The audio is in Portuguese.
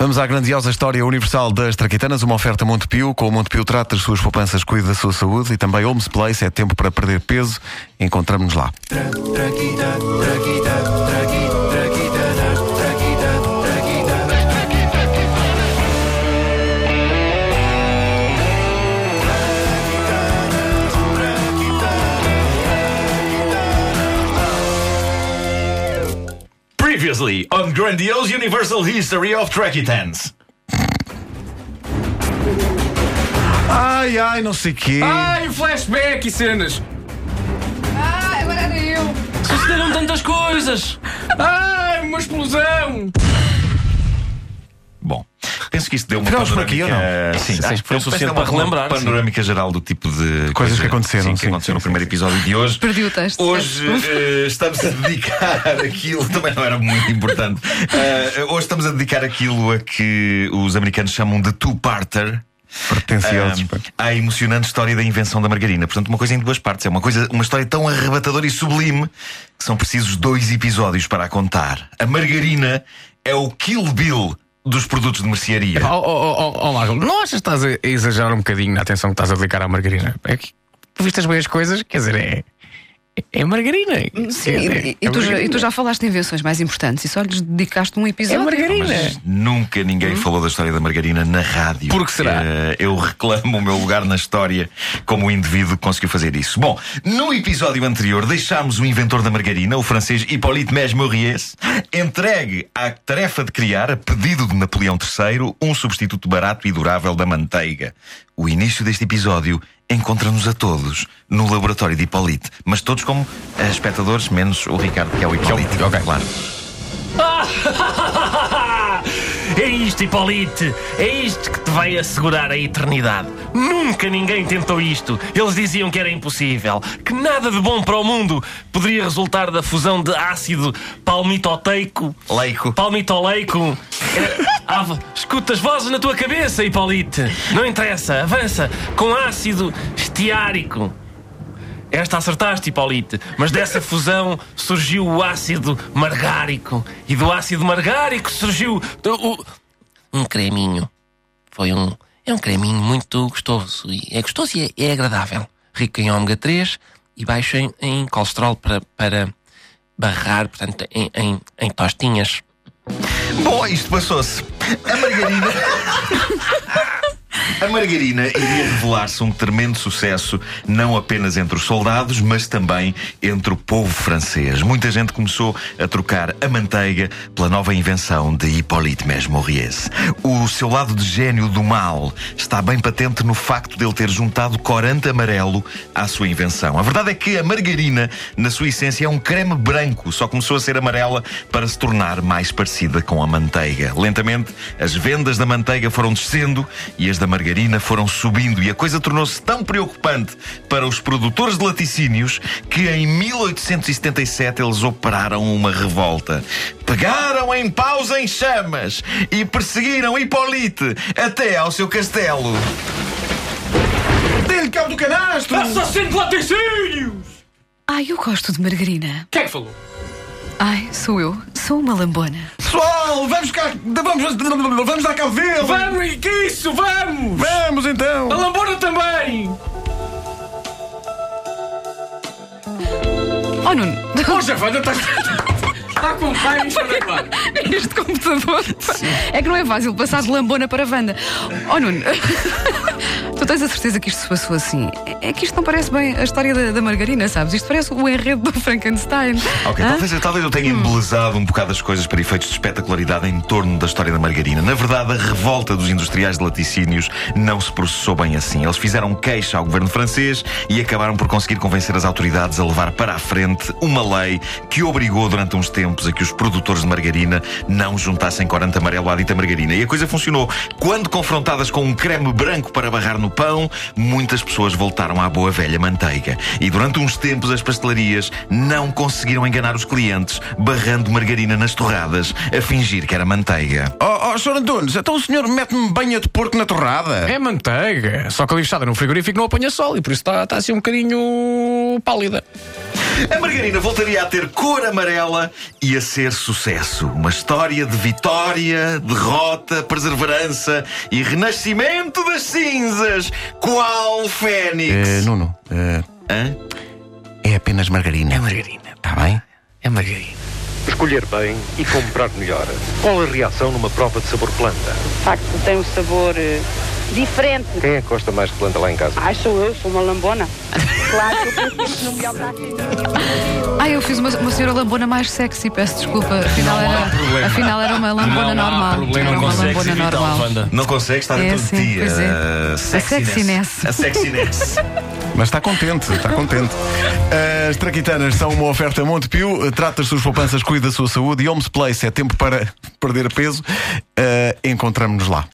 Vamos à grandiosa história universal das traquitanas. Uma oferta Montepio. Com o Montepio trata das suas poupanças, cuida da sua saúde. E também Homes Place. É tempo para perder peso. Encontramos-nos lá. Previously on Grandiose Universal History of Traquitans. Ai, não sei quê. Ai, flashback e cenas. Ai, agora era eu. Sucederam tantas coisas. Ai, uma explosão. Bom, penso que isto deu uma Ficamos por panorâmica. aqui, ou não? Sim, Acho que foi o suficiente para relembrar. Uma panorâmica geral do tipo de Coisas que aconteceram, sim, que sim, aconteceram sim, no primeiro episódio de hoje. Perdi o texto. Hoje estamos a dedicar aquilo, também não era muito importante. Hoje estamos a dedicar aquilo a que os americanos chamam de two-parter. Pretenciosos. À emocionante história da invenção da margarina. Portanto, uma coisa em duas partes. É uma história tão arrebatadora e sublime que são precisos 2 episódios para a contar. A margarina é o Kill Bill dos produtos de mercearia. Marco, não achas que estás a exagerar um bocadinho na atenção que estás a dedicar à margarina? É que tu vistas bem as coisas, quer dizer, é margarina. Sim, e tu já falaste de invenções mais importantes e só lhes dedicaste um episódio. É margarina. Mas nunca ninguém falou da história da margarina na rádio. Por que será? Eu reclamo o meu lugar na história como o indivíduo que conseguiu fazer isso. Bom, no episódio anterior deixámos o inventor da margarina, o francês Hippolyte Mesmeriès, entregue à tarefa de criar, a pedido de Napoleão III, um substituto barato e durável da manteiga. O início deste episódio encontra-nos a todos no laboratório de Hippolyte, mas todos como espectadores, menos o Ricardo, que é o Hippolyte. Ok. Claro. É isto, Hippolyte. É isto que te vai assegurar a eternidade. Nunca ninguém tentou isto. Eles diziam que era impossível, que nada de bom para o mundo poderia resultar da fusão de ácido palmitoteico. Palmitoleico. Escuta as vozes na tua cabeça, Hippolyte. Não interessa, avança. Com ácido estiárico. Esta acertaste, Hippolyte, mas dessa fusão surgiu o ácido margárico. E do ácido margárico surgiu um creminho. É um creminho muito gostoso. É gostoso e é agradável. Rico em ômega 3 e baixo em colesterol para barrar, portanto, em tostinhas. Bom, isto passou-se. A margarina iria revelar-se um tremendo sucesso, não apenas entre os soldados, mas também entre o povo francês. Muita gente começou a trocar a manteiga pela nova invenção de Hippolyte Mesmeriès. O seu lado de gênio do mal está bem patente no facto de ele ter juntado corante amarelo à sua invenção. A verdade é que a margarina, na sua essência, é um creme branco, só começou a ser amarela para se tornar mais parecida com a manteiga. Lentamente, as vendas da manteiga foram descendo e as da margarina foram subindo, e a coisa tornou-se tão preocupante para os produtores de laticínios que em 1877 eles operaram uma revolta. Pegaram em paus em chamas e perseguiram Hippolyte até ao seu castelo. Dê-lhe cabo do canastro! Assassino de laticínios! Ai, eu gosto de margarina. Quem é que falou? Ai, sou eu. Sou uma lambona. Pessoal, vamos dar cabo dele! Vamos, que isso, vamos! Vamos então! A lambona também! Oh, Nuno. Poxa, Wanda, está com raios para claro. Este computador. É que não é fácil passar de lambona para Wanda. Oh, Nuno. Tu tens a certeza que isto se passou assim? É que isto não parece bem a história da margarina, sabes? Isto parece o enredo do Frankenstein. Ok, talvez eu tenha embelezado um bocado as coisas para efeitos de espetacularidade em torno da história da margarina. Na verdade, a revolta dos industriais de laticínios não se processou bem assim. Eles fizeram queixa ao governo francês e acabaram por conseguir convencer as autoridades a levar para a frente uma lei que obrigou durante uns tempos a que os produtores de margarina não juntassem corante amarelo à dita margarina. E a coisa funcionou. Quando confrontadas com um creme branco para barrar no pão, muitas pessoas voltaram à boa velha manteiga. E durante uns tempos as pastelarias não conseguiram enganar os clientes, barrando margarina nas torradas, a fingir que era manteiga. Sr. Antunes, então o senhor mete-me banha de porco na torrada? É manteiga, só que ali fechada no frigorífico não apanha sol e por isso está assim um bocadinho pálida. A margarina voltaria a ter cor amarela e a ser sucesso. Uma história de vitória, derrota, perseverança e renascimento das cinzas. Qual Fênix? Nuno, Hã? é apenas margarina. É margarina. Está bem? É margarina. Escolher bem e comprar melhor. Qual a reação numa prova de sabor planta? De facto, tem um sabor diferente. Quem é que gosta mais de planta lá em casa? Ai, sou eu, sou uma lambona. Claro que eu penso no melhor para aqui. Eu fiz uma senhora lambona mais sexy, peço desculpa. Afinal era uma lambona Não há normal. problema, Era não uma consegues lambona evitar, normal. Wanda. Não consegue estar É, dentro de sim, ti. pois é. A sexiness. A sexiness. Mas está contente, está contente. As traquitanas são uma oferta Montepio. Trata as suas poupanças, cuida da sua saúde. E Homes Place é tempo para perder peso. Encontramos-nos lá.